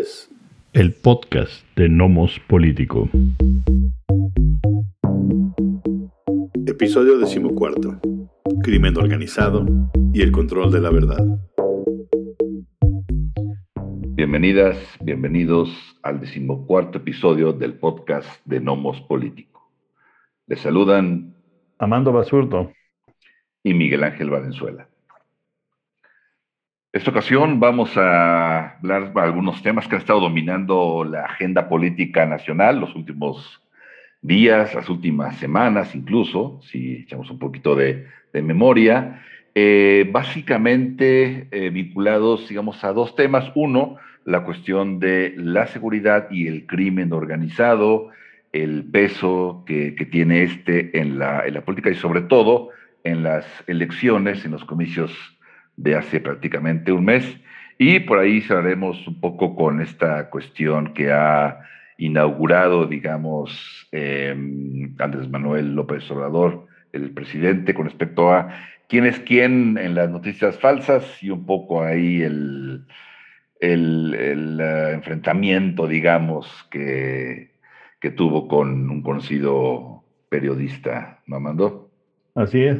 es el podcast de Nomos Político. Episodio 14. Crimen organizado y el control de la verdad. Bienvenidas, bienvenidos al 14 episodio del podcast de Nomos Político. Les saludan Amando Basurto y Miguel Ángel Valenzuela. Esta ocasión vamos a hablar de algunos temas que han estado dominando la agenda política nacional los últimos días, las últimas semanas incluso, si echamos un poquito de memoria, básicamente vinculados, digamos, a dos temas. Uno, la cuestión de la seguridad y el crimen organizado, el peso que tiene en la política y sobre todo en las elecciones, en los comicios de hace prácticamente un mes. Y por ahí cerraremos un poco con esta cuestión que ha inaugurado, digamos, Andrés Manuel López Obrador, el presidente, con respecto a quién es quién en las noticias falsas y un poco ahí el enfrentamiento, digamos, que tuvo con un conocido periodista, ¿no, Amando? Así es.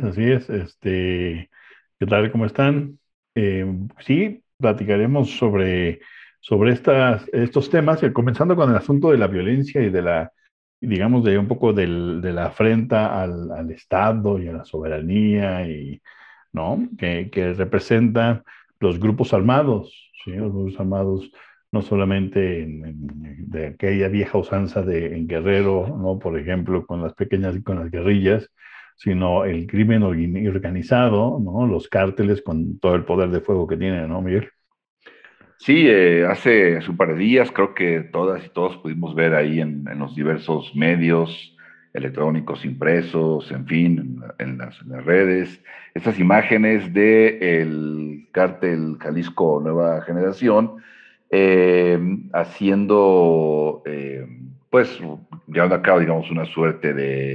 ¿Qué tal? ¿Cómo están? Sí, platicaremos sobre estos temas, comenzando con el asunto de la violencia y digamos, de un poco de la afrenta al Estado y a la soberanía, ¿no? Que representa los grupos armados, ¿sí? Los grupos armados, no solamente de aquella vieja usanza en Guerrero, ¿no? Por ejemplo, con con las guerrillas, sino el crimen organizado, ¿no? Los cárteles con todo el poder de fuego que tienen, ¿no, Miguel? Sí, hace un par de días creo que todas y todos pudimos ver ahí en los diversos medios electrónicos, impresos, en fin, en las redes, estas imágenes de el cártel Jalisco Nueva Generación haciendo, pues, llevando a cabo, digamos, una suerte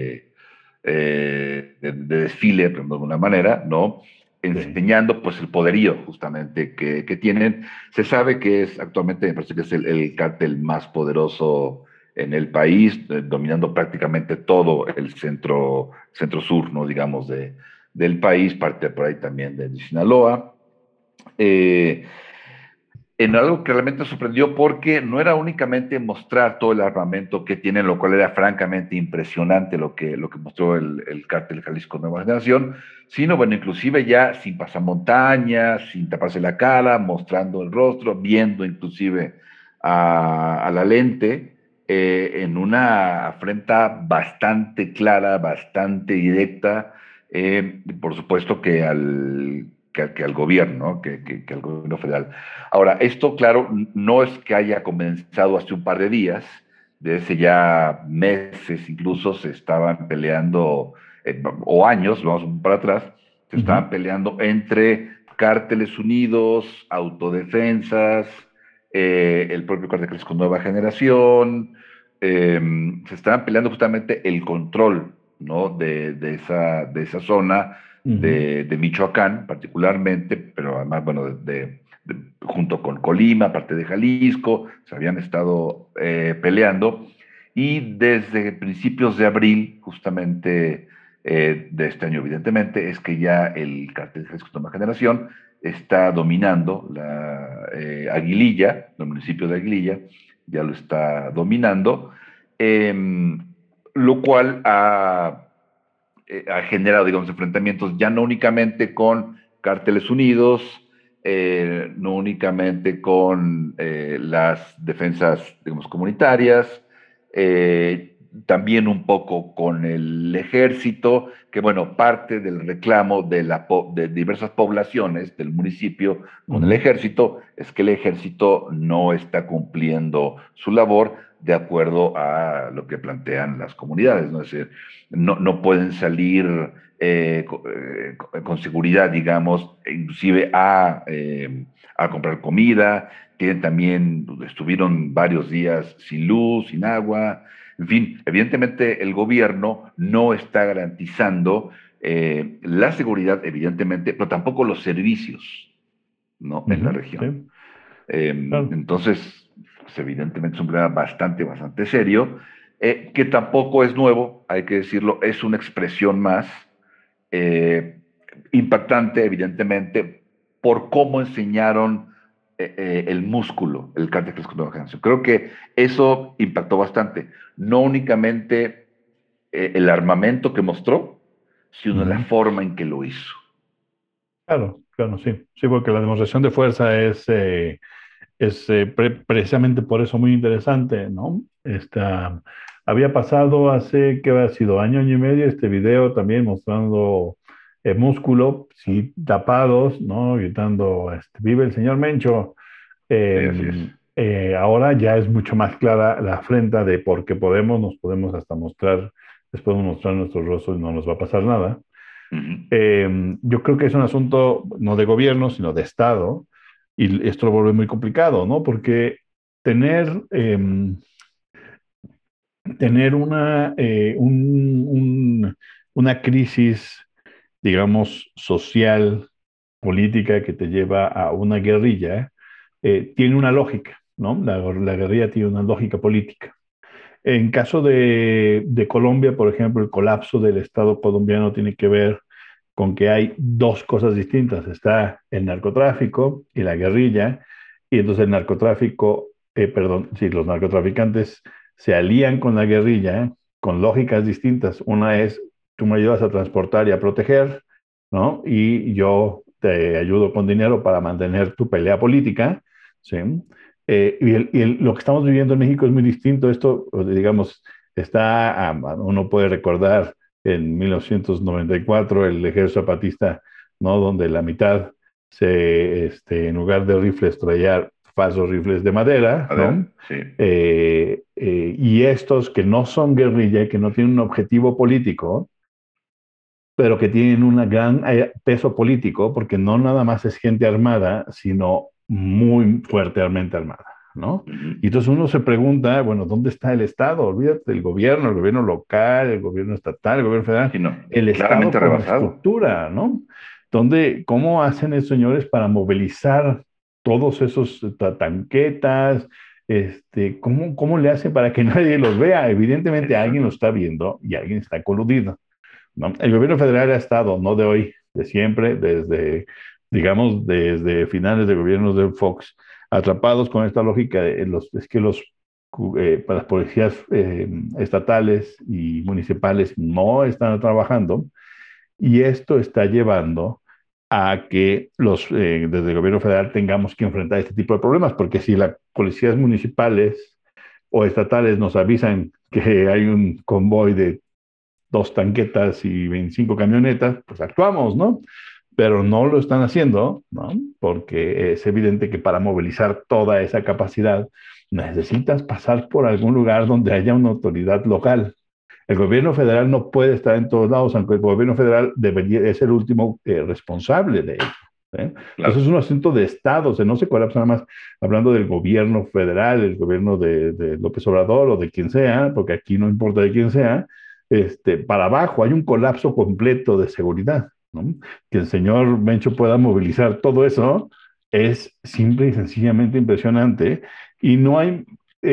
de desfile, de alguna manera, ¿no? Sí. Enseñando pues el poderío justamente que tienen. Se sabe que actualmente me parece que es el cártel más poderoso en el país, dominando prácticamente todo el centro sur, ¿no? Digamos, del país, parte por ahí también de Sinaloa. Eh, en algo que realmente sorprendió porque no era únicamente mostrar todo el armamento que tienen, lo cual era francamente impresionante lo que mostró el cártel Jalisco Nueva Generación, sino, bueno, inclusive ya sin pasamontañas, sin taparse la cara, mostrando el rostro, viendo inclusive a la lente, en una afrenta bastante clara, bastante directa, por supuesto que al gobierno, ¿no? que al gobierno federal. Ahora, esto, claro, no es que haya comenzado hace un par de días, desde ya meses incluso se estaban peleando, o años, vamos para atrás, se Ujú. estaban peleando entre cárteles unidos, autodefensas, el propio cártel con Nueva Generación, se estaban peleando justamente el control, ¿no? de esa zona Ujú. de Michoacán particularmente, pero además, bueno, junto con Colima, parte de Jalisco, se habían estado peleando, y desde principios de abril, justamente de este año, evidentemente, es que ya el cártel de Jalisco Nueva Generación está dominando la Aguililla, el municipio de Aguililla, ya lo está dominando, eh, lo cual ha generado, digamos, enfrentamientos ya no únicamente con cárteles unidos, no únicamente con las defensas, digamos, comunitarias, también un poco con el ejército, que bueno, parte del reclamo de diversas poblaciones del municipio con el Ujú. ejército es que el ejército no está cumpliendo su labor de acuerdo a lo que plantean las comunidades, ¿no? Es decir, no pueden salir con seguridad, digamos, inclusive a comprar comida. Estuvieron varios días sin luz, sin agua. En fin, evidentemente el gobierno no está garantizando la seguridad, evidentemente, pero tampoco los servicios, ¿no? En la Ujú. región. Sí, claro. Entonces, pues evidentemente es un problema bastante serio, que tampoco es nuevo, hay que decirlo, es una expresión más eh, impactante, evidentemente, por cómo enseñaron el músculo, el cártel Jalisco Nueva Generación. Creo que eso impactó bastante, no únicamente el armamento que mostró, sino la Ujú. forma en que lo hizo. Claro, claro, sí. Sí, porque la demostración de fuerza es precisamente por eso muy interesante, ¿no? Había pasado hace, ¿qué ha sido? Año y medio este video también mostrando músculo, sí, tapados, ¿no? Gritando, vive el señor Mencho. Sí, así es. Ahora ya es mucho más clara la afrenta de porque podemos, nos podemos hasta mostrar, les podemos mostrar nuestros rostros y no nos va a pasar nada. Ujú. Yo creo que es un asunto no de gobierno, sino de Estado, y esto lo vuelve muy complicado, ¿no? Porque tener, tener una crisis, digamos, social, política que te lleva a una guerrilla, tiene una lógica, ¿no? La guerrilla tiene una lógica política. En caso de Colombia, por ejemplo, el colapso del Estado colombiano tiene que ver con que hay dos cosas distintas. Está el narcotráfico y la guerrilla, y entonces el narcotráfico, perdón, sí, los narcotraficantes se alían con la guerrilla con lógicas distintas. Una es, tú me ayudas a transportar y a proteger, ¿no? Y yo te ayudo con dinero para mantener tu pelea política, ¿sí? Lo que estamos viviendo en México es muy distinto. Esto, digamos, uno puede recordar en 1994 el ejército zapatista, ¿no? Donde la mitad en lugar de rifles, traía falsos rifles de madera, A ¿no? ver, sí. Y estos que no son guerrilla, que no tienen un objetivo político, pero que tienen un gran peso político, porque no nada más es gente armada, sino muy fuertemente armada, ¿no? Ujú. Y entonces uno se pregunta, bueno, ¿dónde está el Estado? Olvídate del gobierno, el gobierno local, el gobierno estatal, el gobierno federal, Sí, no, el Estado claramente como rebasado. estructura, ¿no? ¿Cómo hacen esos señores para movilizar todos esos tanquetas? ¿Cómo le hacen para que nadie los vea? Evidentemente alguien lo Exacto. está viendo y alguien está coludido, ¿no? El gobierno federal ha estado, no de hoy, de siempre, digamos, desde finales de gobiernos de Fox, atrapados con esta lógica de es que para las policías estatales y municipales no están trabajando, y esto está llevando a que desde el gobierno federal tengamos que enfrentar este tipo de problemas, porque si las policías municipales o estatales nos avisan que hay un convoy de dos tanquetas y 25 camionetas, pues actuamos, ¿no? Pero no lo están haciendo, ¿no? Porque es evidente que para movilizar toda esa capacidad necesitas pasar por algún lugar donde haya una autoridad local. El gobierno federal no puede estar en todos lados, aunque el gobierno federal debería, es el último responsable de ello, ¿eh? Entonces es Claro. un asunto de Estado, o sea, no se colapsa nada más hablando del gobierno federal, el gobierno de López Obrador o de quien sea, porque aquí no importa de quién sea, para abajo hay un colapso completo de seguridad, ¿no? Que el señor Mencho pueda movilizar todo eso es simple y sencillamente impresionante, y no hay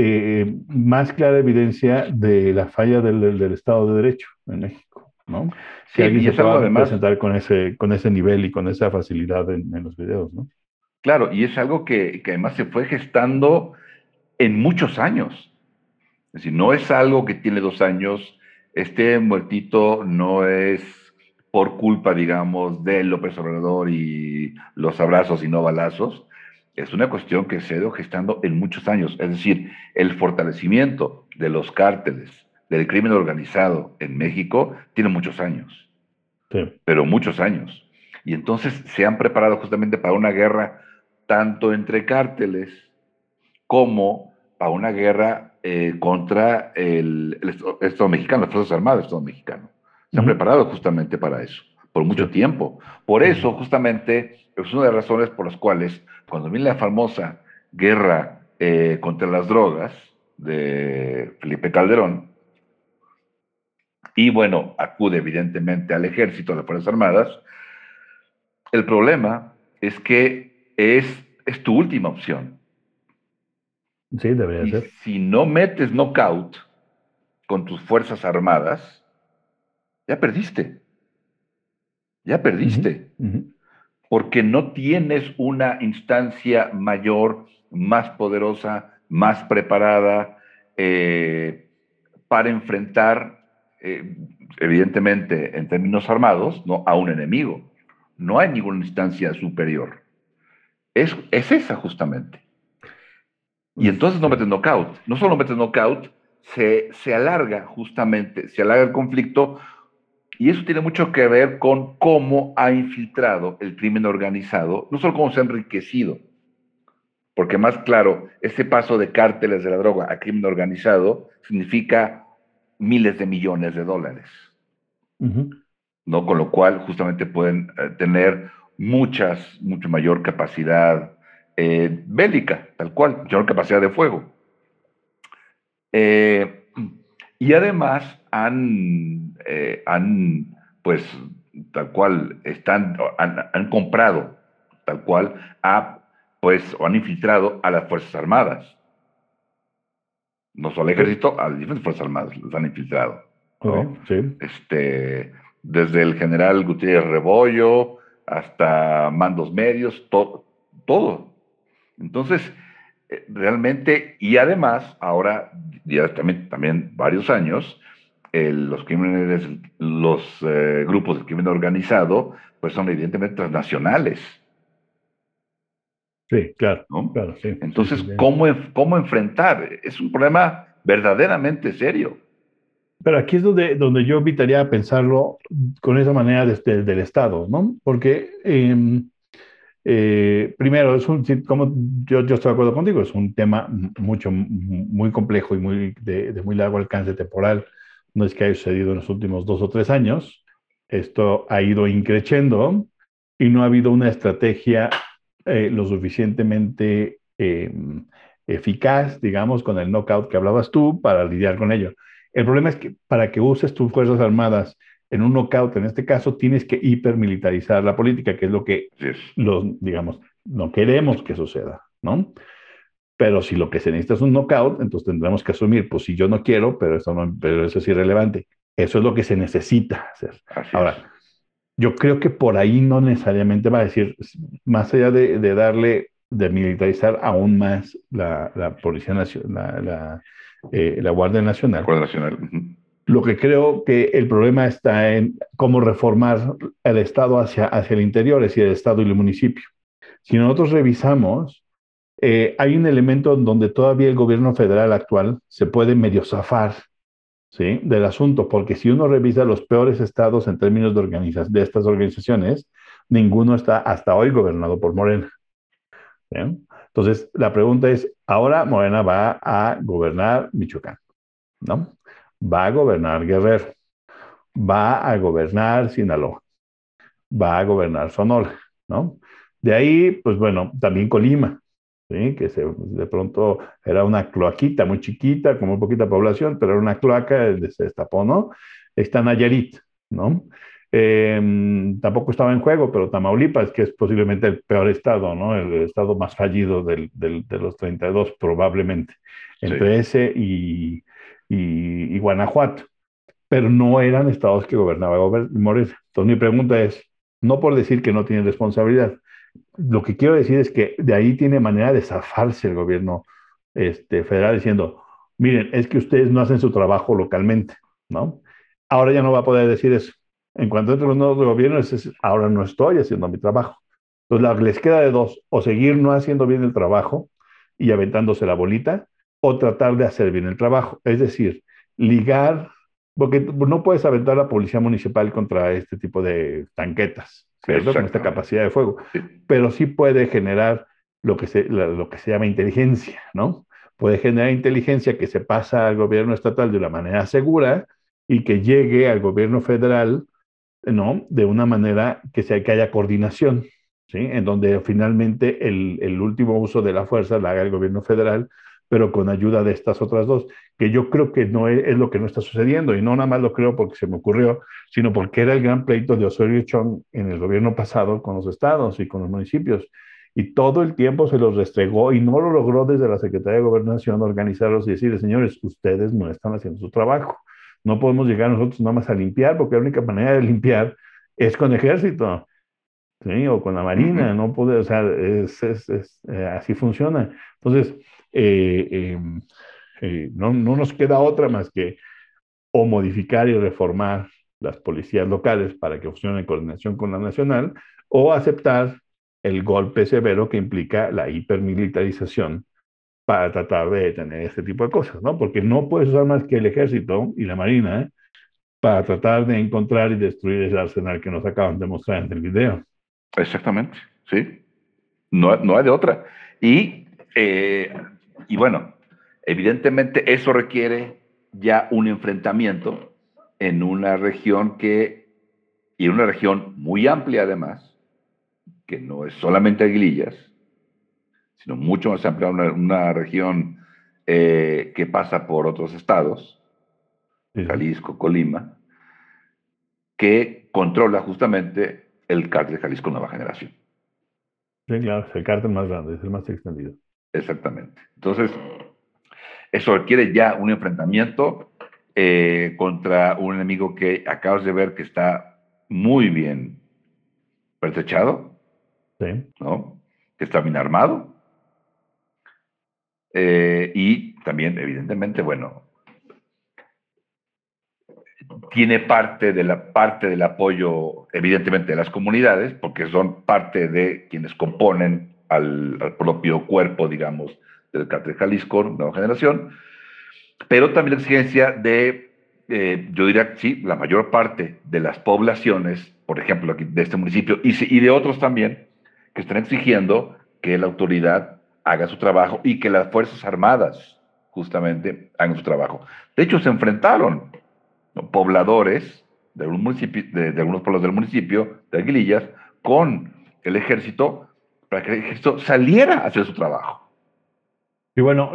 más clara evidencia de la falla del Estado de Derecho en México, ¿no? Que Sí, alguien y se es algo pueda además, presentar con ese nivel y con esa facilidad en los videos, ¿no? claro, y es algo que además se fue gestando en muchos años. Es decir, no es algo que tiene 2 años. Este muertito no es por culpa, digamos, de López Obrador y los abrazos y no balazos. Es una cuestión que se ha ido gestando en muchos años. Es decir, el fortalecimiento de los cárteles, del crimen organizado en México, tiene muchos años, Sí. pero muchos años. Y entonces se han preparado justamente para una guerra tanto entre cárteles como para una guerra contra el Estado mexicano, las Fuerzas Armadas del Estado mexicano. Se han Ujú. preparado justamente para eso, por Sí. mucho tiempo. Por Ujú. eso, justamente, es una de las razones por las cuales, cuando viene la famosa guerra contra las drogas de Felipe Calderón, y bueno, acude evidentemente al ejército, a las Fuerzas Armadas, el problema es que es tu última opción. Sí, debería Y ser. si no metes knockout con tus fuerzas armadas, ya perdiste, ya Ujú, perdiste, ujú. porque no tienes una instancia mayor, más poderosa, más preparada eh, para enfrentar, eh, evidentemente, en términos armados, ¿no? A un enemigo. No hay ninguna instancia superior. Es esa justamente. Y entonces no Sí. metes knockout. No solo metes knockout, se alarga justamente, se alarga el conflicto y eso tiene mucho que ver con cómo ha infiltrado el crimen organizado, no solo cómo se ha enriquecido, porque más claro, ese paso de cárteles de la droga a crimen organizado significa miles de millones de dólares, Ujú. ¿no? Con lo cual justamente pueden tener mucho mayor capacidad bélica, tal cual, mayor capacidad de fuego. Eh, y además pues, tal cual, han comprado, tal cual, pues, o han infiltrado a las Fuerzas Armadas. No solo al Sí, ejército, a las diferentes Fuerzas Armadas los han infiltrado, ok, ¿no? sí. Desde el general Gutiérrez Rebollo hasta mandos medios, todo. Entonces, realmente, y además, ahora, ya también varios años, los grupos de crimen organizado, pues son evidentemente transnacionales, Sí, claro, ¿no? claro, sí, sí, sí, Entonces, sí. ¿cómo enfrentar? Es un problema verdaderamente serio. Pero aquí es donde yo invitaría a pensarlo con esa manera del Estado, ¿no? Porque primero, sí, como yo estoy de acuerdo contigo, es un tema muy complejo y de muy largo alcance temporal. No es que haya sucedido en los últimos 2 o 3 años. Esto ha ido increciendo y no ha habido una estrategia lo suficientemente eficaz, digamos, con el knockout que hablabas tú para lidiar con ello. El problema es que para que uses tus Fuerzas Armadas en un knockout, en este caso, tienes que hipermilitarizar la política, que es lo que Así es, digamos, no queremos que suceda, ¿no? Pero si lo que se necesita es un knockout, entonces tendremos que asumir, pues si yo no quiero, pero eso es irrelevante. Eso es lo que se necesita hacer. así es. Ahora, yo creo que por ahí no necesariamente va a decir, más allá de militarizar aún más la Policía Nacional, la Guardia La Nacional, Guardia Nacional. Ujú. lo que creo que el problema está en cómo reformar el Estado hacia el interior, es decir, el Estado y el municipio. Si nosotros revisamos, hay un elemento en donde todavía el gobierno federal actual se puede medio zafar, ¿sí? Del asunto, porque si uno revisa los peores estados en términos de estas organizaciones, ninguno está hasta hoy gobernado por Morena, ¿sí? Entonces, la pregunta es, ahora Morena va a gobernar Michoacán, ¿no? Va a gobernar Guerrero, va a gobernar Sinaloa, va a gobernar Sonora, ¿no? De ahí, pues bueno, también Colima, ¿sí? De pronto era una cloaquita muy chiquita, con muy poquita población, pero era una cloaca, se destapó, ¿no? Está Nayarit, ¿no? Tampoco estaba en juego, pero Tamaulipas, que es posiblemente el peor estado, ¿no? El estado más fallido de los 32, probablemente, Sí, entre ese y Guanajuato, pero no eran estados que gobernaba Morena. Entonces mi pregunta es, no por decir que no tienen responsabilidad, lo que quiero decir es que de ahí tiene manera de zafarse el gobierno federal diciendo, miren, es que ustedes no hacen su trabajo localmente, ¿no? Ahora ya no va a poder decir eso. En cuanto entre los nuevos gobiernos, ahora no estoy haciendo mi trabajo. Entonces les queda de dos, o seguir no haciendo bien el trabajo y aventándose la bolita, o tratar de hacer bien el trabajo. Es decir, ligar, porque no puedes aventar la policía municipal contra este tipo de tanquetas, ¿cierto? Con esta exactamente. capacidad de fuego, Sí, pero sí puede generar lo que se llama inteligencia, ¿no? Puede generar inteligencia que se pasa al gobierno estatal de una manera segura y que llegue al gobierno federal, ¿no? De una manera que haya coordinación, ¿sí? En donde finalmente el último uso de la fuerza la haga el gobierno federal, pero con ayuda de estas otras dos, que yo creo que no es lo que no está sucediendo, y no nada más lo creo porque se me ocurrió, sino porque era el gran pleito de Osorio Chong en el gobierno pasado con los estados y con los municipios. y todo el tiempo se los restregó y no lo logró desde la Secretaría de Gobernación organizarlos y decirles, señores, ustedes no están haciendo su trabajo. No podemos llegar nosotros nada más a limpiar, porque la única manera de limpiar es con ejército, ¿sí? O con la marina, Ujú. no puede, o sea, así funciona. Entonces, eh, eh, no nos queda otra más que o modificar y reformar las policías locales para que funcionen en coordinación con la nacional, o aceptar el golpe severo que implica la hipermilitarización para tratar de detener este tipo de cosas, ¿no? Porque no puedes usar más que el ejército y la marina, para tratar de encontrar y destruir ese arsenal que nos acaban de mostrar en el video. Exactamente, sí. No, no hay de otra. Y, eh, y bueno, evidentemente eso requiere ya un enfrentamiento en una región y en una región muy amplia además, que no es solamente Aguilillas, sino mucho más amplia, una región que pasa por otros estados, Sí, sí. Jalisco, Colima, que controla justamente el cártel Jalisco Nueva Generación. Sí, claro, es el cártel más grande, es el más extendido. Exactamente. Entonces, eso requiere ya un enfrentamiento contra un enemigo que acabas de ver que está muy bien pertrechado, Sí, ¿no? Que está bien armado y también, evidentemente, bueno, tiene parte del apoyo, evidentemente, de las comunidades, porque son parte de quienes componen al propio cuerpo, digamos, del Cártel Jalisco, Nueva Generación, pero también la exigencia de, yo diría, sí, la mayor parte de las poblaciones, por ejemplo, aquí de este municipio y de otros también, que están exigiendo que la autoridad haga su trabajo y que las Fuerzas Armadas justamente hagan su trabajo. De hecho, se enfrentaron, ¿no?, pobladores de algunos pueblos del municipio de Aguilillas con el ejército para que el ejército saliera a hacer su trabajo. y bueno,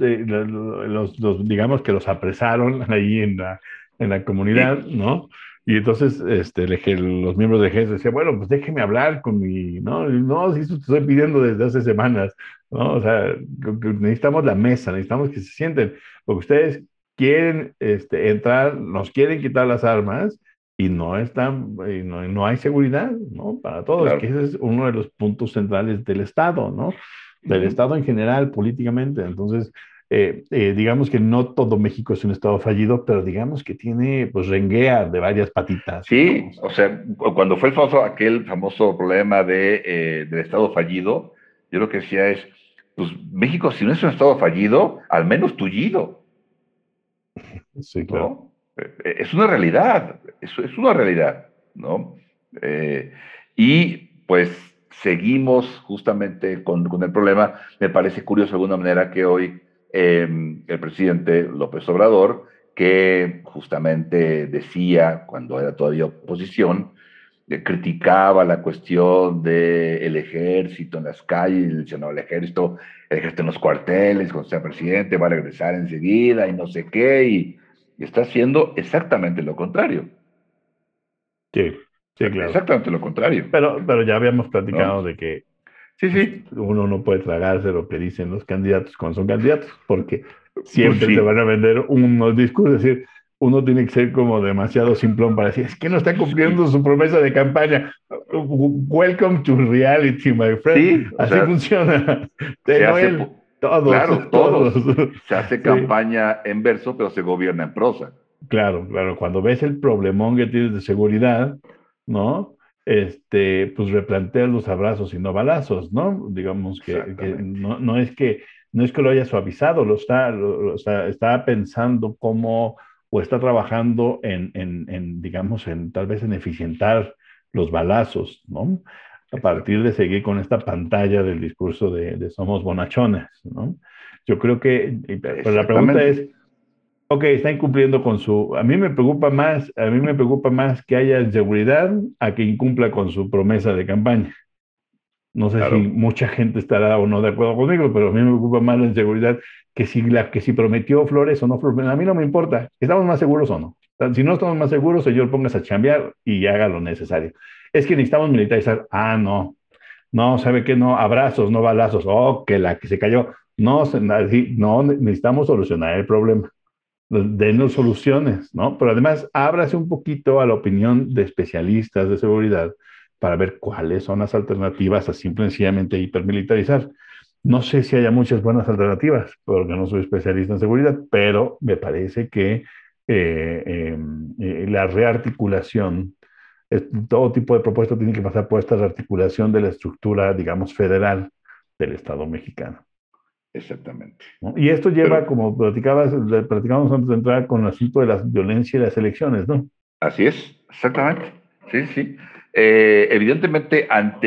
digamos que los apresaron ahí en la comunidad, Sí, ¿no? Y entonces los miembros del ejército decían, bueno, pues déjeme hablar con mi, ¿no? Y, no, si eso te estoy pidiendo desde hace semanas, ¿no? O sea, que necesitamos la mesa, necesitamos que se sienten, porque ustedes quieren entrar, nos quieren quitar las armas y no están, no hay seguridad, ¿no? Para todos, que claro. ese es uno de los puntos centrales del Estado, ¿no? Del Ujú. Estado en general, políticamente. Entonces, digamos que no todo México es un Estado fallido, pero digamos que tiene, pues, renguea de varias patitas, Sí, digamos. o sea, cuando fue aquel famoso problema del Estado fallido, yo lo que decía es, pues México, si no es un Estado fallido, al menos tullido, Sí, claro. ¿no? Es una realidad, es una realidad, ¿no? Eh, y pues seguimos justamente con el problema. Me parece curioso de alguna manera que hoy el presidente López Obrador, que justamente decía cuando era todavía oposición, criticaba la cuestión del ejército en las calles, decía, no, el ejército en los cuarteles, cuando sea presidente va a regresar enseguida y no sé qué, y está haciendo exactamente lo contrario. Sí, O sí, sea, claro. exactamente lo contrario, Pero ya habíamos ¿no? platicado de que, Sí, pues, sí, uno no puede tragarse lo que dicen los candidatos cuando son candidatos, porque pues siempre te van sí, a vender unos discursos. Es decir, uno tiene que ser como demasiado simplón para decir, es que no está cumpliendo sí, su promesa de campaña. Welcome to reality, my friend. sí, o Así sea, funciona. se No hace, él, todos, claro, todos. todos, se hace Sí, campaña en verso, pero se gobierna en prosa. claro, claro. Cuando ves el problemón que tienes de seguridad, ¿no? Pues replanteas los abrazos y no balazos, ¿no? Digamos que Exactamente. no es que lo haya suavizado, está pensando cómo, o está trabajando digamos, tal vez en eficientar los balazos, ¿no? A partir de Exactamente. seguir con esta pantalla del discurso de somos bonachones, ¿no? Yo creo que, pero la pregunta Exactamente. es, ok, está incumpliendo con su. A mí me preocupa más que haya inseguridad a que incumpla con su promesa de campaña. No sé si Claro. mucha gente estará o no de acuerdo conmigo, pero a mí me preocupa más la inseguridad que si prometió flores o no flores. A mí no me importa, ¿estamos más seguros o no? Si no estamos más seguros, señor, póngase a chambear y haga lo necesario. Es que necesitamos militarizar. Ah, no. No, ¿sabe qué? No, abrazos, no balazos. Oh, que la que se cayó. No, no, necesitamos solucionar el problema. Así Denos es. soluciones, ¿no? Pero además, ábrase un poquito a la opinión de especialistas de seguridad para ver cuáles son las alternativas a simple y sencillamente hipermilitarizar. No sé si haya muchas buenas alternativas, porque no soy especialista en seguridad, pero me parece que la rearticulación, todo tipo de propuesta tiene que pasar por esta rearticulación de la estructura, digamos, federal del Estado mexicano. Exactamente. ¿No? Y esto lleva, Pero como platicábamos antes de entrar, con el asunto de la violencia y las elecciones, ¿no? así es, exactamente. Sí, sí. Evidentemente,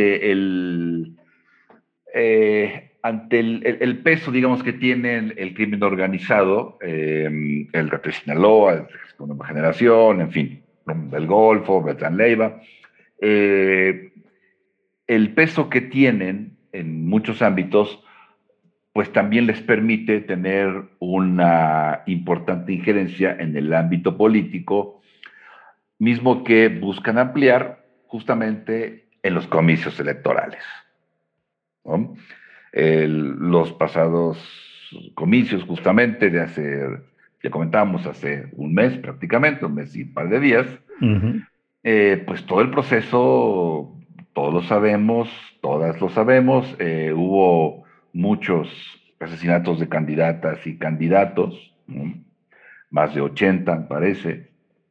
ante el peso, digamos, que tiene el crimen organizado, el Cártel de Sinaloa, el Ejército Nueva Generación, en fin, el Golfo, Beltrán Leiva, eh, el peso que tienen en muchos ámbitos, pues también les permite tener una importante injerencia en el ámbito político, mismo que buscan ampliar justamente en los comicios electorales, ¿no? Los pasados comicios, justamente de hace, ya comentamos, hace un mes prácticamente, un mes y un par de días, Ujú. pues todo el proceso, todos lo sabemos, todas lo sabemos, hubo muchos asesinatos de candidatas y candidatos, ¿no? Más de 80, me parece.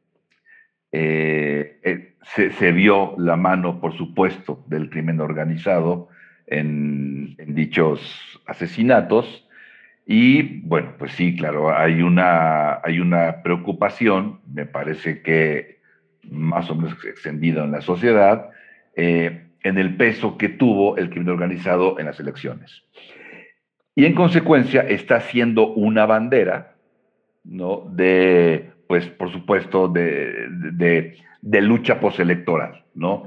Se vio la mano, por supuesto, del crimen organizado en dichos asesinatos. Y bueno, pues sí, claro, hay una preocupación, me parece que más o menos extendida en la sociedad, en el peso que tuvo el crimen organizado en las elecciones. Y en consecuencia está siendo una bandera, ¿no? Pues por supuesto, de lucha postelectoral, ¿no?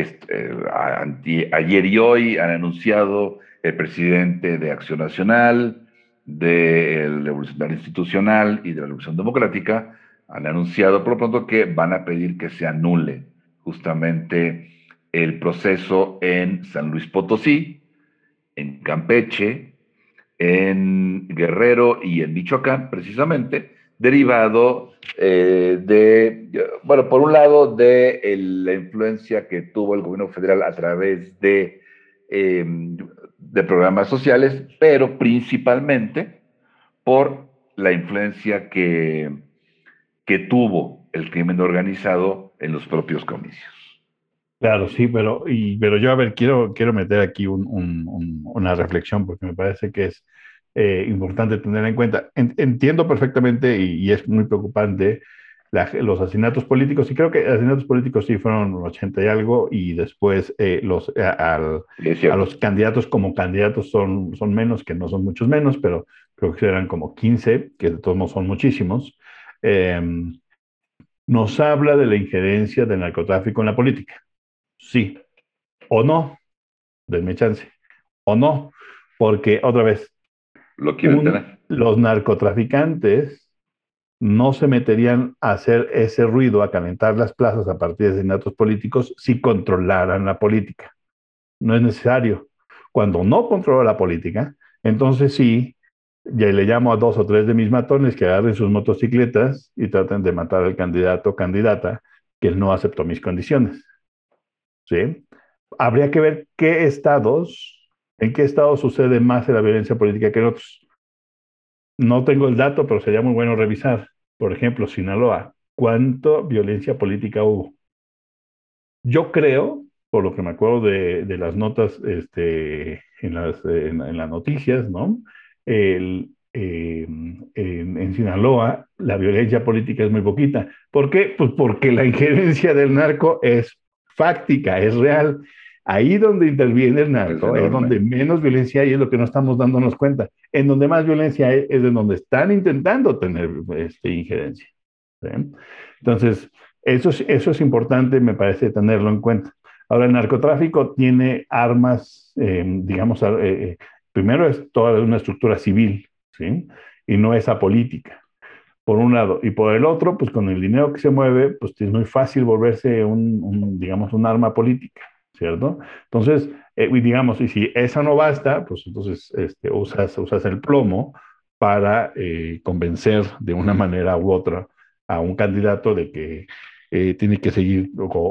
Ayer y hoy han anunciado el presidente de Acción Nacional, del Revolucionario Institucional y de la Revolución Democrática, han anunciado por lo pronto que van a pedir que se anule justamente el proceso en San Luis Potosí, en Campeche, en Guerrero y en Michoacán, precisamente, derivado bueno, por un lado, la influencia que tuvo el gobierno federal a través de programas sociales, pero principalmente por la influencia que tuvo el crimen organizado en los propios comicios. Claro, sí, pero yo, a ver, quiero meter aquí una reflexión porque me parece que es importante tener en cuenta. Entiendo perfectamente y es muy preocupante los asesinatos políticos, y creo que asesinatos políticos sí fueron 80 y algo, y después Es a cierto. los candidatos como candidatos son menos, que no son muchos menos, pero creo que eran como 15, que de todos modos son muchísimos. Eh, Nos habla de la injerencia del narcotráfico en la política. Sí, o no, denme chance, o no, porque otra vez, Lo quieren tener. los narcotraficantes no se meterían a hacer ese ruido, a calentar las plazas a partir de asesinatos políticos si controlaran la política. No es necesario. Cuando no controla la política, entonces sí, ya le llamo a dos o tres de mis matones que agarren sus motocicletas y traten de matar al candidato o candidata que no aceptó mis condiciones. ¿Sí? Habría que ver en qué estados sucede más la violencia política que en otros. No tengo el dato, pero sería muy bueno revisar. Por ejemplo, Sinaloa, ¿cuánta violencia política hubo? Yo creo, por lo que me acuerdo de las notas en las noticias, ¿no? En Sinaloa la violencia política es muy poquita. ¿Por qué? Pues porque la injerencia del narco es fáctica, es real. Ahí donde interviene el Es narco es enorme. donde menos violencia hay, es lo que no estamos dándonos cuenta. En donde más violencia hay es en donde están intentando tener injerencia. ¿Sí? Entonces, eso es importante, me parece, tenerlo en cuenta. Ahora, el narcotráfico tiene armas, digamos, primero es toda una estructura civil, ¿sí? Y no es apolítica, por un lado. Y por el otro, pues con el dinero que se mueve, pues es muy fácil volverse digamos, un arma política, ¿cierto? Entonces, Y digamos, y si eso no basta, pues entonces usas el plomo para convencer de una manera u otra a un candidato de que tiene que seguir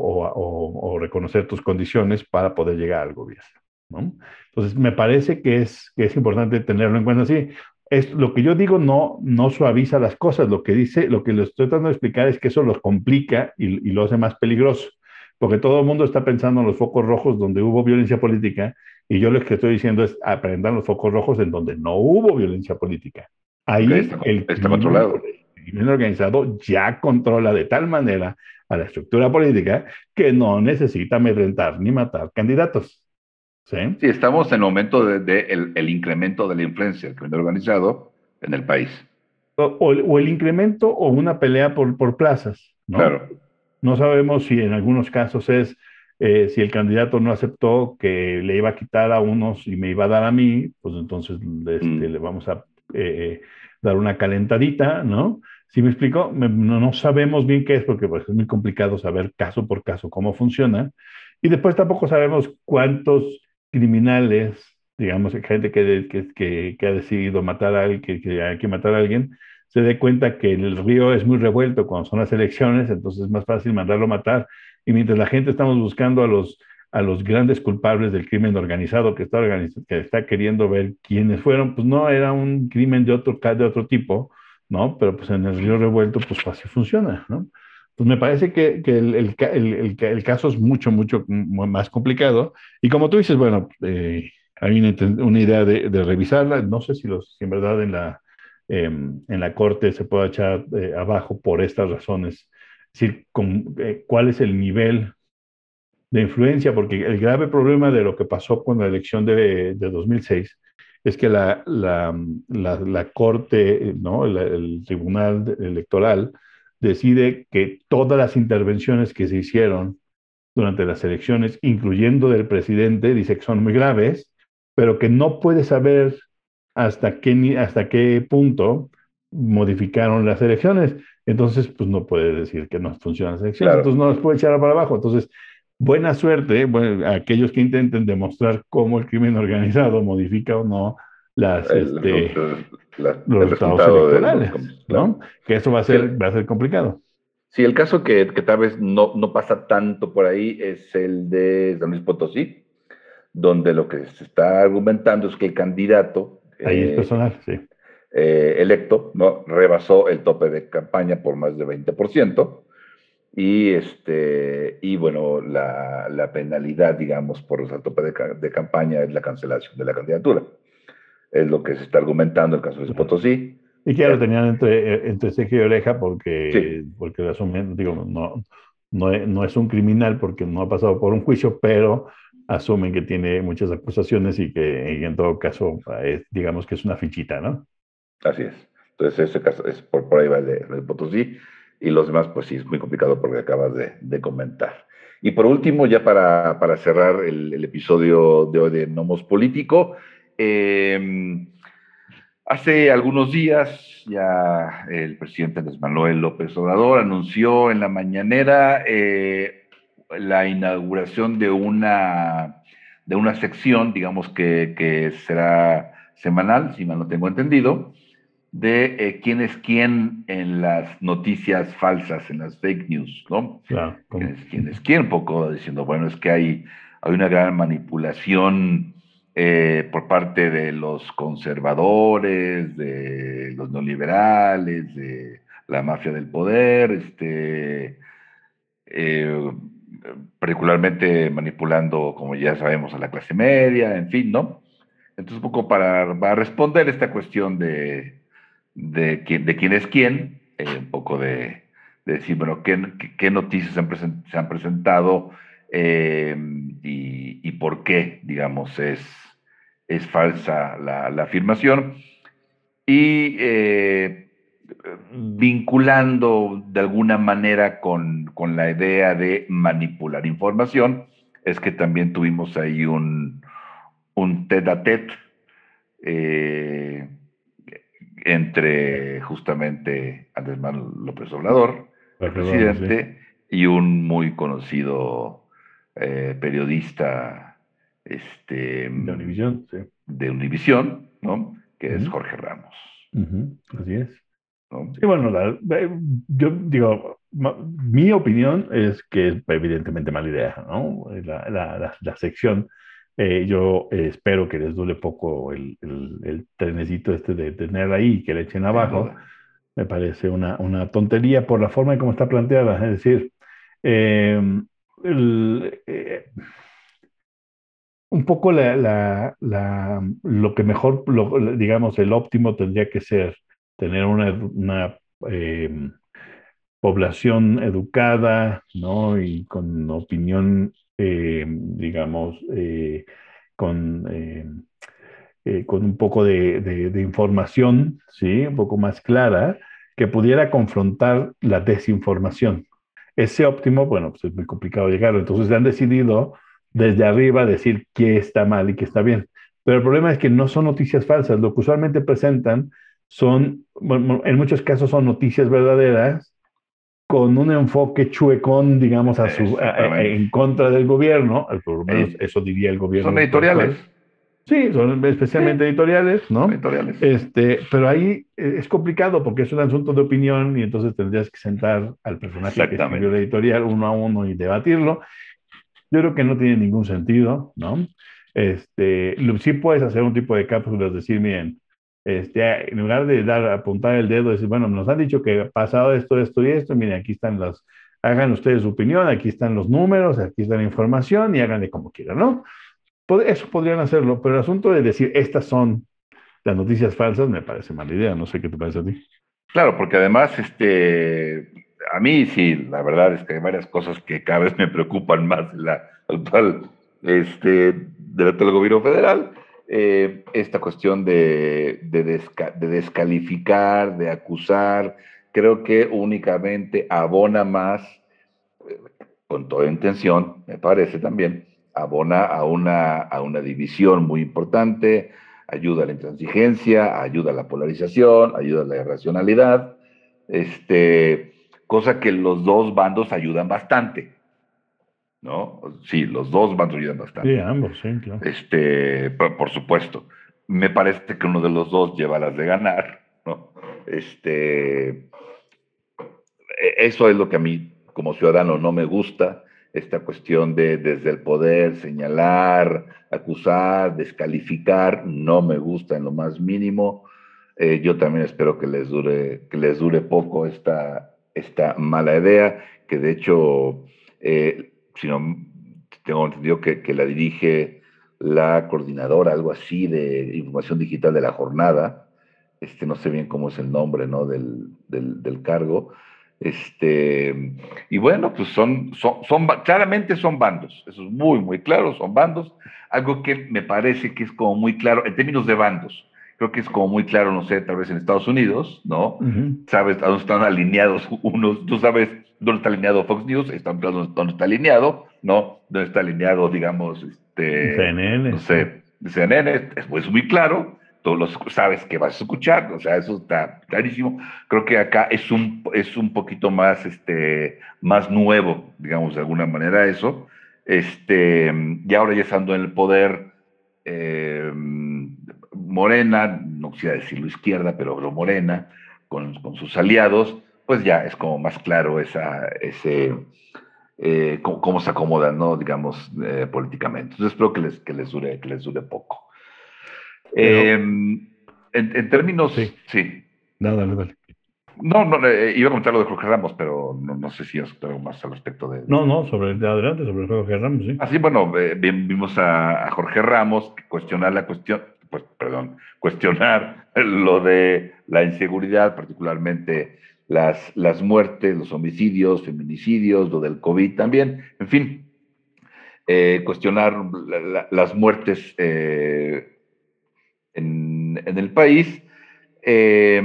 o reconocer tus condiciones para poder llegar al gobierno, ¿no? Entonces, me parece que es importante tenerlo en cuenta así. Es, lo que yo digo no suaviza las cosas, lo que dice, lo que les estoy tratando de explicar es que eso los complica y lo hace más peligroso, porque todo el mundo está pensando en los focos rojos donde hubo violencia política, y yo lo que estoy diciendo es aprendan los focos rojos en donde no hubo violencia política. Ok, Ahí está controlado. el crimen organizado ya controla de tal manera a la estructura política que no necesita amedrentar ni matar candidatos. ¿Sí? Sí, estamos en el momento de el incremento de la influencia del crimen organizado en el país. O el incremento o una pelea por plazas, ¿no? Claro. No sabemos si en algunos casos es si el candidato no aceptó que le iba a quitar a unos y me iba a dar a mí, pues entonces le Mm. vamos a dar una calentadita, ¿no? ¿Sí me explico? No sabemos bien qué es porque pues, es muy complicado saber caso por caso cómo funciona. Y después tampoco sabemos cuántos criminales, digamos, gente que ha decidido matar a alguien, que hay que matar a alguien, se dé cuenta que el río es muy revuelto cuando son las elecciones, entonces es más fácil mandarlo a matar. Y mientras la gente estamos buscando a los grandes culpables del crimen organizado que está queriendo ver quiénes fueron, pues no era un crimen de otro tipo, ¿no? Pero pues en el río revuelto, pues así funciona, ¿no? Pues me parece que el caso es mucho más complicado. Y como tú dices, bueno, hay una idea de revisarla. No sé si en verdad en la corte se puede echar abajo por estas razones. Es decir, cuál es el nivel de influencia, porque el grave problema de lo que pasó con la elección de 2006 es que la corte, ¿no? El tribunal electoral decide que todas las intervenciones que se hicieron durante las elecciones, incluyendo del presidente, dice que son muy graves, pero que no puede saber hasta qué punto modificaron las elecciones. Entonces, pues no puede decir que no funcionan las elecciones, entonces Claro. no las puede echar para abajo. Entonces, buena suerte, bueno, a aquellos que intenten demostrar cómo el crimen organizado modifica o no las, El, los el resultados resultado de los... electorales, Claro. ¿no? Que eso Sí, va a ser complicado. sí, el caso que tal vez no pasa tanto por ahí es el de San Luis Potosí, donde lo que se está argumentando es que el candidato Ahí es personal, sí. electo, ¿no? Rebasó el tope de campaña por más de 20%. Y bueno, la penalidad, digamos, por el tope de campaña es la cancelación de la candidatura. Es lo que se está argumentando en el caso de Luis Claro. Potosí. Y que ya lo tenían entre ceja y oreja Sí, porque lo asumen, digo, no es un criminal porque no ha pasado por un juicio, pero asumen que tiene muchas acusaciones y en todo caso, digamos que es una fichita, ¿no? así es. Entonces, ese caso es por ahí va el de Potosí. Y los demás, pues sí, es muy complicado porque acabas de comentar. Y por último, ya para cerrar el episodio de hoy de Nomos Político, hace algunos días ya el presidente Andrés Manuel López Obrador anunció en la mañanera la inauguración de una sección, digamos que será semanal, si mal no tengo entendido, de quién es quién en las noticias falsas, en las fake news, ¿no? Claro, Quién es quién, un poco diciendo, bueno, es que hay una gran manipulación por parte de los conservadores, de los neoliberales, de la mafia del poder, eh, particularmente manipulando, como ya sabemos, a la clase media, en fin, ¿no? Entonces, un poco para responder esta cuestión de quién es quién, un poco de decir, bueno, qué noticias se han presentado eh, y por qué, digamos, es falsa la afirmación. Y vinculando de alguna manera con la idea de manipular información, es que también tuvimos ahí un tete a tete eh, entre justamente Andrés Manuel López Obrador, el perdón, sí. presidente, y un muy conocido periodista De Univisión, sí. de Univisión, ¿no? Que es Ujú, Jorge Ramos, ujú, así es. ¿no? Sí, bueno, yo digo, mi opinión es que es evidentemente mala idea, ¿no? La sección, yo espero que les dure poco el trenecito este de tener ahí y que le echen Sin abajo. duda. Me parece una tontería por la forma en cómo está planteada. Es decir, eh, el, eh, un poco lo que mejor, digamos, el óptimo tendría que ser tener una eh, población educada, ¿no? Y con opinión, digamos, con un poco de información, ¿sí? Un poco más clara, que pudiera confrontar la desinformación. Ese óptimo, bueno, pues es muy complicado llegarlo. Entonces han decidido desde arriba decir qué está mal y qué está bien. Pero el problema es que no son noticias falsas. Lo que usualmente presentan son, bueno, en muchos casos son noticias verdaderas con un enfoque chuecón, digamos, Exactamente. en contra del gobierno, por lo menos Eh, eso diría el son gobierno editoriales, actual. Sí, son especialmente sí, editoriales, son ¿no? editoriales. Pero ahí es complicado porque es un asunto de opinión y entonces tendrías que sentar al personaje que escribió la Exactamente. editorial uno a uno y debatirlo. Yo creo que no tiene ningún sentido, ¿no? Sí puedes hacer un tipo de cápsulas, decir, miren, en lugar de apuntar el dedo, decir, bueno, nos han dicho que ha pasado esto, esto y esto, miren, aquí están hagan ustedes su opinión, aquí están los números, aquí está la información y háganle como quieran, ¿no? Eso podrían hacerlo, pero el asunto de decir, estas son las noticias falsas, me parece mala idea, no sé qué te parece a ti. Claro, porque además, a mí sí, la verdad es que hay varias cosas que cada vez me preocupan más de la actual, del actual gobierno federal. Esta cuestión de descalificar, de acusar, creo que únicamente abona más, eh, con toda intención, me parece también, abona a una división muy importante, ayuda a la intransigencia, ayuda a la polarización, ayuda a la irracionalidad, cosa que los dos bandos ayudan bastante, ¿no? Sí, los dos bandos ayudan Sí, bastante. ambos, sí, claro. Por supuesto. Me parece que uno de los dos lleva las de ganar, ¿no? Eso es lo que a mí como ciudadano no me gusta, esta cuestión de desde el poder señalar, acusar, descalificar, no me gusta en lo más mínimo. Yo también espero que les dure poco esta mala idea, que de hecho, si no, tengo entendido que la dirige la coordinadora, algo así, de información digital de la jornada. No sé bien cómo es el nombre, ¿no? Del cargo. Y bueno, pues claramente son bandos, eso es muy, muy claro, son bandos. Algo que me parece que es como muy claro, en términos de bandos, creo que es como muy claro, no sé, tal vez en Estados Unidos, ¿no? Ujú. Sabes a dónde están alineados unos, tú sabes dónde está alineado Fox News, están claro dónde está alineado, ¿no? Dónde está alineado, digamos, no CNN, sí. sé, CNN, es muy claro, tú sabes que vas a escuchar, o sea, eso está clarísimo. Creo que acá es un poquito más, más nuevo, digamos, de alguna manera eso. Y ahora ya estando en el poder, Morena, no quisiera decirlo izquierda, pero lo Morena, con sus aliados, pues ya es como más claro cómo se acomodan, ¿no? Digamos, políticamente. Entonces espero que les dure poco. Pero, En términos, sí, sí. nada, dale, dale. No, no, iba a comentar lo de Jorge Ramos, pero no sé si has algo más al respecto de No, este no, tema. adelante, sobre el juego que Ramos, sí. Así, bueno, vimos a Jorge Ramos cuestionar la cuestión, pues, perdón, cuestionar lo de la inseguridad, particularmente las muertes, los homicidios, feminicidios, lo del COVID también, en fin, cuestionar las muertes en el país. Eh,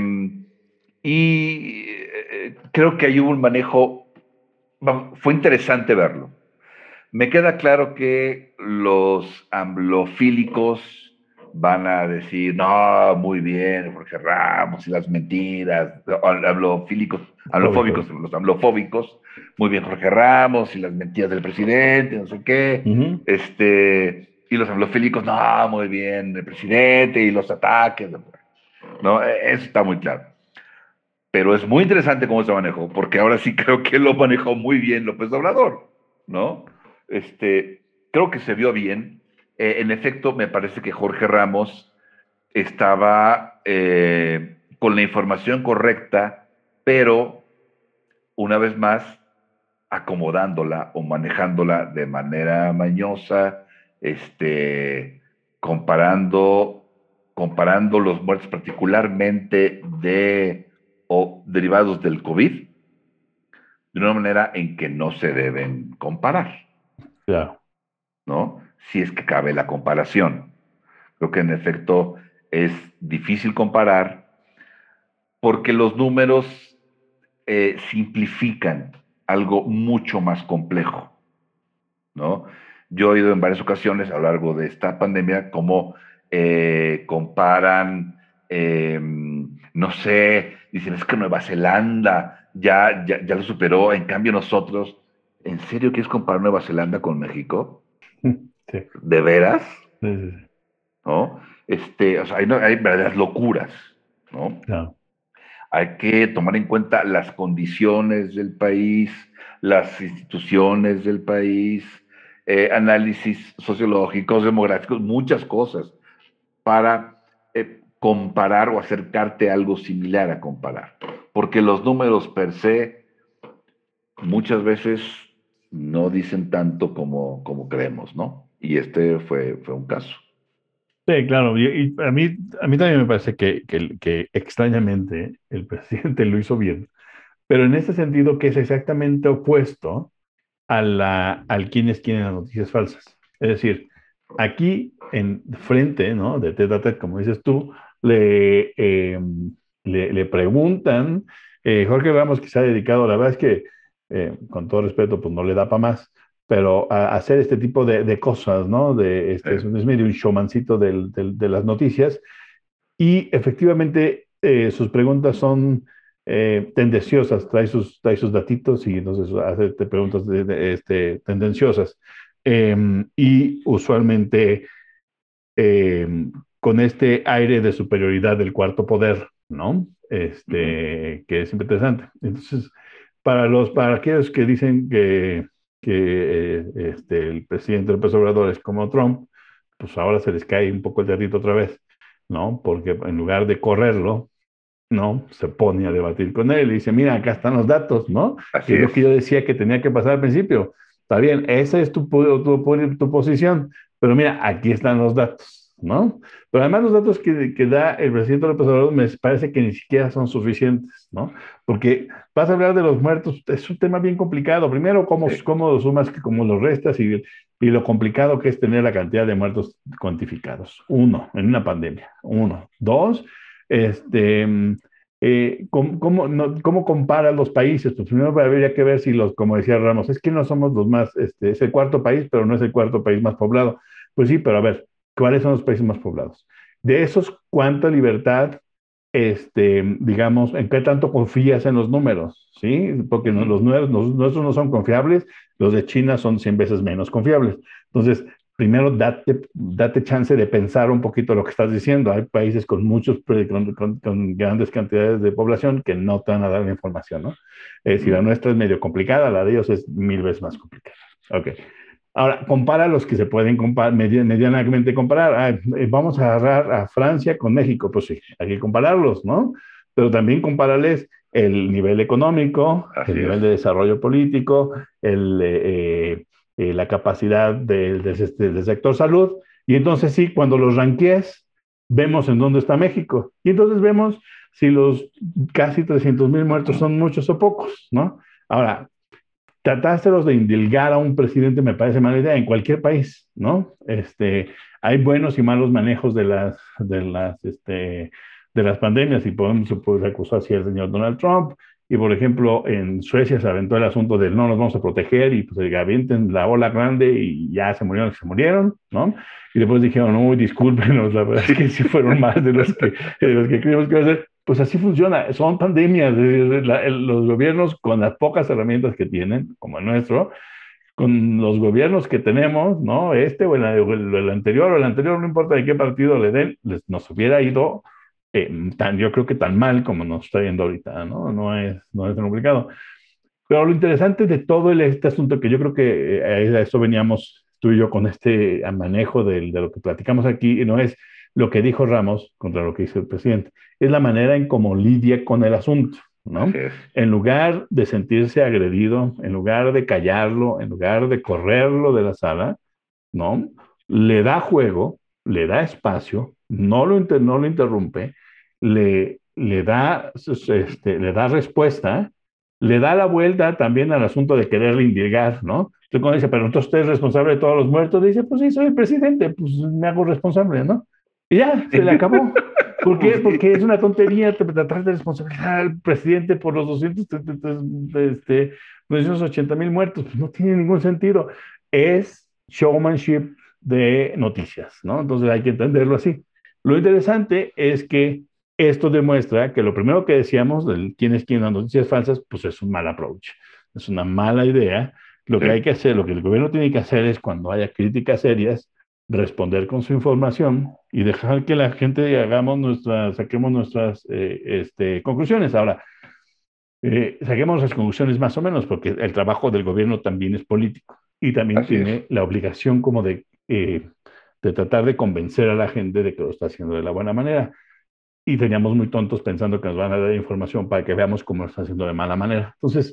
y creo que ahí hubo un manejo, fue interesante verlo. Me queda claro que los amblofílicos van a decir, no, muy bien, Jorge Ramos y las mentiras, Fóbicos. los amblofóbicos, muy bien Jorge Ramos y las mentiras del presidente, no sé qué. Ujú. Y los anglofílicos, no, muy bien, el presidente y los ataques. No, eso está muy claro. Pero es muy interesante cómo se manejó, porque ahora sí creo que lo manejó muy bien López Obrador, ¿no? Creo que se vio bien. En efecto, me parece que Jorge Ramos estaba con la información correcta, pero una vez más acomodándola o manejándola de manera mañosa, comparando, comparando los muertos particularmente de o derivados del COVID de una manera en que no se deben comparar, Claro. ¿no? Si es que cabe la comparación. Creo que en efecto es difícil comparar porque los números simplifican algo mucho más complejo, ¿no? Yo he oído en varias ocasiones a lo largo de esta pandemia cómo comparan, no sé, dicen es que Nueva Zelanda ya lo superó, en cambio nosotros, ¿en serio quieres comparar Nueva Zelanda con México? Sí, ¿De veras? sí, sí, sí. ¿No? O sea, hay verdaderas locuras, ¿no? Claro. Hay que tomar en cuenta las condiciones del país, las instituciones del país, análisis sociológicos, demográficos, muchas cosas para comparar o acercarte a algo similar a comparar. Porque los números per se muchas veces no dicen tanto como creemos, ¿no? Y fue un caso. Sí, claro. Y a mí también me parece que extrañamente el presidente lo hizo bien, pero en ese sentido que es exactamente opuesto al quién es quién en las noticias falsas. Es decir, aquí en frente, ¿no? De tete a tete, como dices tú, le preguntan, Jorge Ramos que se ha dedicado, la verdad es que, con todo respeto, pues no le da para más, pero a hacer este tipo de cosas, ¿no? Es medio un showmancito de las noticias y efectivamente sus preguntas son tendenciosas, trae sus datitos y entonces hace preguntas tendenciosas. Y usualmente con este aire de superioridad del cuarto poder, ¿no? Uh -huh. Que es siempre interesante. Entonces, para aquellos que dicen que el presidente López Obrador es como Trump, pues ahora se les cae un poco el dedito otra vez, ¿no? Porque en lugar de correrlo, ¿no? Se pone a debatir con él y dice, mira, acá están los datos, ¿no? Que Así es lo es. que yo decía que tenía que pasar al principio. Está bien, esa es tu posición, pero mira, aquí están los datos, ¿no? Pero además los datos que da el presidente López Obrador me parece que ni siquiera son suficientes, ¿no? Porque vas a hablar de los muertos, es un tema bien complicado. Primero, Sí. cómo los sumas, cómo los restas y lo complicado que es tener la cantidad de muertos cuantificados. Uno, en una pandemia. Uno. Dos, este, ¿cómo comparan los países? Pues primero habría que ver si como decía Ramos, es que no somos los más, es el cuarto país, pero no es el cuarto país más poblado. Pues sí, pero a ver, ¿cuáles son los países más poblados? De esos, ¿cuánta libertad, digamos, en qué tanto confías en los números? ¿Sí? Porque Uh -huh. los nuestros no son confiables, los de China son 100 veces menos confiables. Entonces, primero date chance de pensar un poquito lo que estás diciendo. Hay países con con grandes cantidades de población que no te van a dar la información, ¿no? Si la nuestra es medio complicada, la de ellos es 1000 veces más complicada. Ok. Ahora, compara los que se pueden medianamente comparar. Vamos a agarrar a Francia con México, pues sí, hay que compararlos, ¿no? Pero también compararles el nivel económico, el Así es. nivel de desarrollo político, la capacidad del sector salud. Y entonces sí, cuando los ranquees, vemos en dónde está México. Y entonces vemos si los casi 300,000 muertos son muchos o pocos, ¿no? Ahora, tratárselos de indilgar a un presidente me parece mala idea en cualquier país, ¿no? Hay buenos y malos manejos de las pandemias y podemos acusar así al señor Donald Trump. Y por ejemplo, en Suecia se aventó el asunto del no nos vamos a proteger y pues el avienten la ola grande y ya se murieron los que se murieron, ¿no? Y después dijeron, uy, discúlpenos, la verdad es que sí fueron más de los que creímos que iba a ser. Pues así funciona, son pandemias. Los gobiernos con las pocas herramientas que tienen, como el nuestro, con los gobiernos que tenemos, ¿no? O el anterior, no importa de qué partido le den, nos hubiera ido yo creo que tan mal como nos está yendo ahorita, ¿no? No es tan complicado. Pero lo interesante de todo este asunto, que yo creo que a eso veníamos tú y yo con este manejo de lo que platicamos aquí, y no es lo que dijo Ramos contra lo que hizo el presidente, es la manera en cómo lidia con el asunto, ¿no? Así es. En lugar de sentirse agredido, en lugar de callarlo, en lugar de correrlo de la sala, ¿no? Le da juego, le da espacio, no lo interrumpe, le da respuesta, le da la vuelta también al asunto de querer indigar, ¿no? Entonces cuando dice, pero entonces usted es responsable de todos los muertos, dice, pues sí, soy el presidente, pues me hago responsable, ¿no? Y ya, se le acabó. ¿Por qué? Pues Porque es sí, una tontería tratar de responsabilizar al presidente por los 280,000 muertos. Pues no tiene ningún sentido. Es showmanship de noticias, ¿no? Entonces hay que entenderlo así. Lo interesante es que esto demuestra que lo primero que decíamos del quién es quién, las noticias falsas, pues es un mal approach, es una mala idea. Lo que hay sí, que hacer, lo que el gobierno tiene que hacer es cuando haya críticas serias, responder con su información y dejar que la gente saquemos nuestras conclusiones. Ahora, saquemos las conclusiones más o menos, porque el trabajo del gobierno también es político y también así es. tiene la obligación como de tratar de convencer a la gente de que lo está haciendo de la buena manera. Y teníamos muy tontos pensando que nos van a dar información para que veamos cómo lo está haciendo de mala manera. Entonces,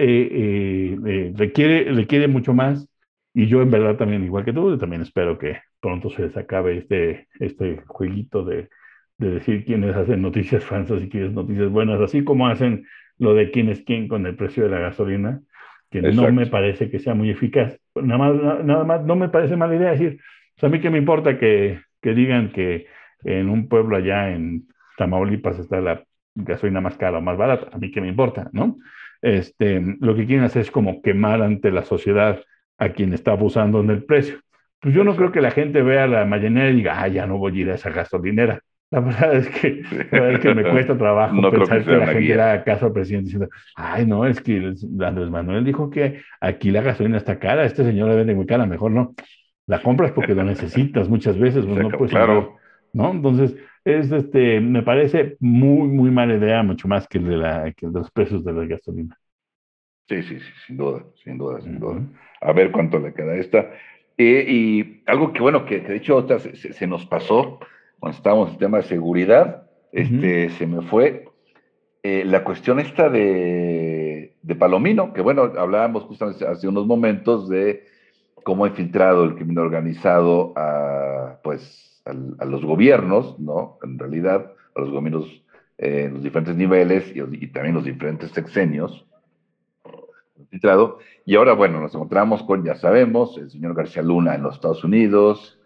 requiere mucho más. Y yo en verdad también, igual que tú, también espero que pronto se les acabe este jueguito de decir quiénes hacen noticias falsas y quiénes noticias buenas, así como hacen lo de quién es quién con el precio de la gasolina, que no me Exacto. parece que sea muy eficaz. Nada más no me parece mala idea decir, pues a mí que me importa que digan que en un pueblo allá en Tamaulipas está la gasolina más cara o más barata, a mí qué me importa, ¿no? Lo que quieren hacer es como quemar ante la sociedad a quien está abusando en el precio. Pues yo no creo que Exacto. la gente vea la mañanera y diga, ya no voy a ir a esa gasolinera. La verdad es que, Sí. la verdad es que me cuesta trabajo No creo que pensar que sea la una gente le guía. haga caso al presidente diciendo, no, es que Andrés Manuel dijo que aquí la gasolina está cara, este señor la vende muy cara, mejor no. La compras porque lo necesitas muchas veces, pues no puedes andar, Claro. ¿no? Entonces, me parece muy, muy mala idea, mucho más que el de los precios de la gasolina. Sí, sí, sí, sin duda, sin duda, sin duda. Ujú, A ver cuánto le queda a esta. Y algo que, bueno, que de hecho otra se nos pasó cuando estábamos en el tema de seguridad, ujú, se me fue la cuestión esta de Palomino, que bueno, hablábamos justamente hace unos momentos de cómo ha infiltrado el crimen organizado pues, a los gobiernos, ¿no? En realidad, a los gobiernos en los diferentes niveles y también los diferentes sexenios infiltrado. Y ahora, bueno, nos encontramos con, ya sabemos, el señor García Luna en los Estados Unidos,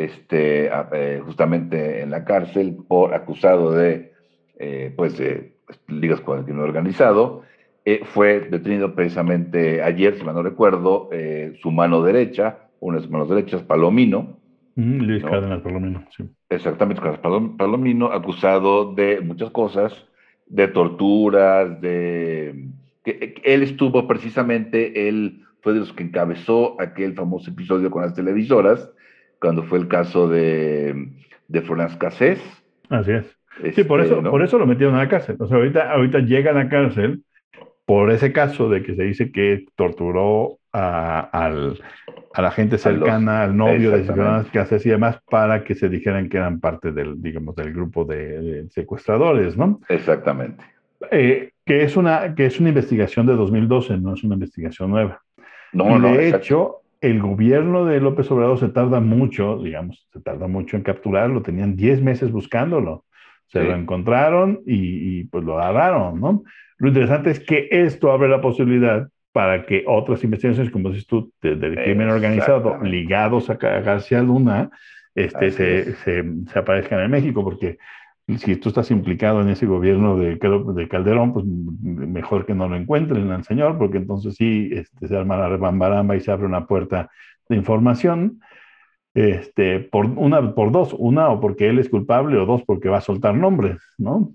justamente en la cárcel por acusado pues, de ligas con el crimen organizado. Fue detenido precisamente ayer, si mal no recuerdo, su mano derecha, una de sus manos derechas, Palomino, ujú, Luis ¿no? Cárdenas, por lo menos, sí. Exactamente, Carlos Palomino, acusado de muchas cosas, de torturas, que él estuvo precisamente, él fue de los que encabezó aquel famoso episodio con las televisoras, cuando fue el caso de Florence Cassés, Así es. Sí, por eso ¿no? lo metieron a la cárcel. O sea, ahorita llega a la cárcel por ese caso de que se dice que torturó a la gente A los, cercana, al novio de Ciudadanas exactamente, Casas y demás, para que se dijeran que eran parte digamos, del grupo de secuestradores, ¿no? exactamente. Que es una investigación de 2012, no es una investigación nueva. No, Y no, de exacto. hecho, el gobierno de López Obrador se tarda mucho, digamos, se tarda mucho en capturarlo. Tenían 10 meses buscándolo. Se lo Sí, encontraron pues lo agarraron, ¿no? Lo interesante es que esto abre la posibilidad para que otras investigaciones, como dices tú, del crimen organizado exactamente. ligados a García Luna, Así es. se aparezcan en México, porque si tú estás implicado en ese gobierno de Calderón, pues mejor que no lo encuentren al señor, porque entonces sí se arma la rebambaramba y se abre una puerta de información, por dos, una o porque él es culpable o dos porque va a soltar nombres, ¿no?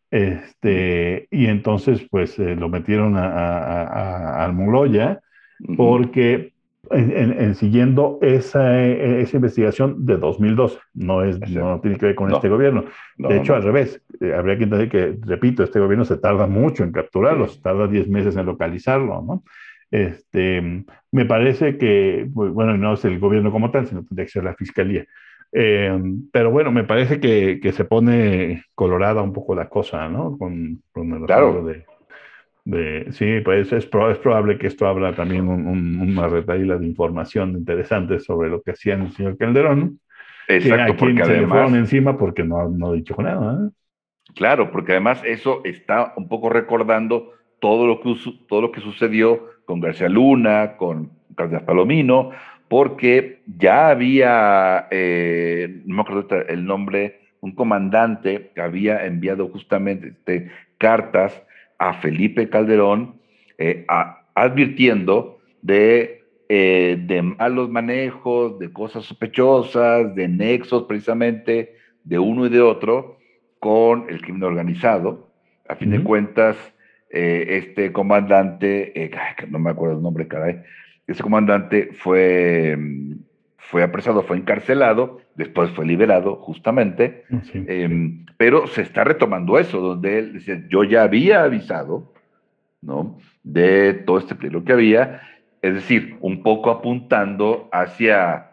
Y entonces pues lo metieron al Moloya Ujú. porque siguiendo esa investigación de 2012. No tiene que ver con este No, gobierno. De no, hecho, al no. revés, habría que entender que, repito, este gobierno se tarda mucho en capturarlos, Sí, tarda 10 meses en localizarlo, ¿no? Me parece que, bueno, no es el gobierno como tal, sino tendría que ser la fiscalía. Pero bueno, me parece que se pone colorada un poco la cosa, ¿no? Con el asunto claro, sí, pues es probable que esto habla también una retahíla de información interesante sobre lo que hacía el señor Calderón, que exacto, a porque quien se le además, fueron encima porque no dicho nada, ¿eh? claro, porque además eso está un poco recordando todo lo que sucedió con García Luna, con Cárdenas Palomino, porque ya había, no me acuerdo el nombre, un comandante que había enviado justamente cartas a Felipe Calderón advirtiendo de malos manejos, de cosas sospechosas, de nexos precisamente de uno y de otro con el crimen organizado. A fin de Ujú. cuentas, este comandante, que no me acuerdo el nombre, caray, ese comandante fue apresado, fue encarcelado, después fue liberado, justamente, Sí, sí, pero se está retomando eso, donde él dice, yo ya había avisado, ¿no? De todo este peligro que había, es decir, un poco apuntando hacia,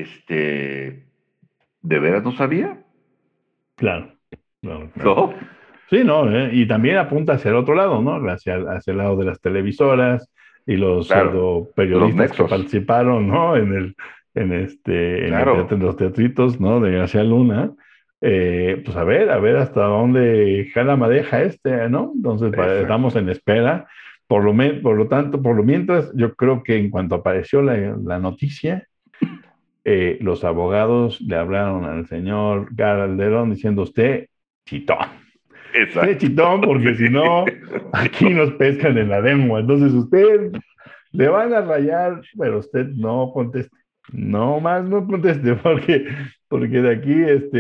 ¿de veras no sabía? claro, claro, claro. ¿No? Sí, ¿no? Y también apunta hacia el otro lado, ¿no? Hacia el lado de las televisoras y los Claro, pseudo los periodistas que nexos, participaron, ¿no? claro, En los teatritos, ¿no? De García Luna. Pues a ver hasta dónde jala madeja ¿no? Entonces, exacto. estamos en espera. Por lo tanto, por lo mientras, yo creo que en cuanto apareció la noticia, los abogados le hablaron al señor Calderón diciendo usted, chitón. Usted Exacto. chitón, porque si Sí, no, aquí nos pescan en la lengua. Entonces usted le van a rayar, pero usted no conteste. No más no conteste, porque de aquí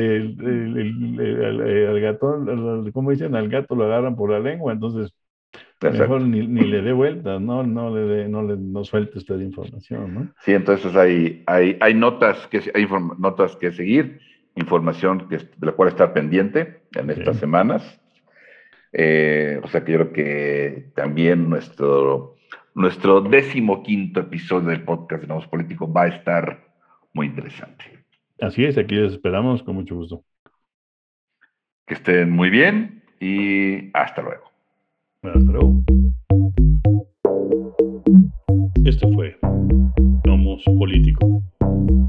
al gatón, ¿cómo dicen? Al gato lo agarran por la lengua, entonces mejor exacto. ni le dé vueltas, ¿no? No suelte usted información, ¿no? Sí, entonces hay notas notas que seguir, información de la cual estar pendiente en estas Sí. semanas. O sea que yo creo que también nuestro 15º episodio del podcast de Nuevos Políticos va a estar muy interesante. Así es, aquí les esperamos con mucho gusto. Que estén muy bien y hasta luego. Bueno, hasta luego. Este fue Somos Político.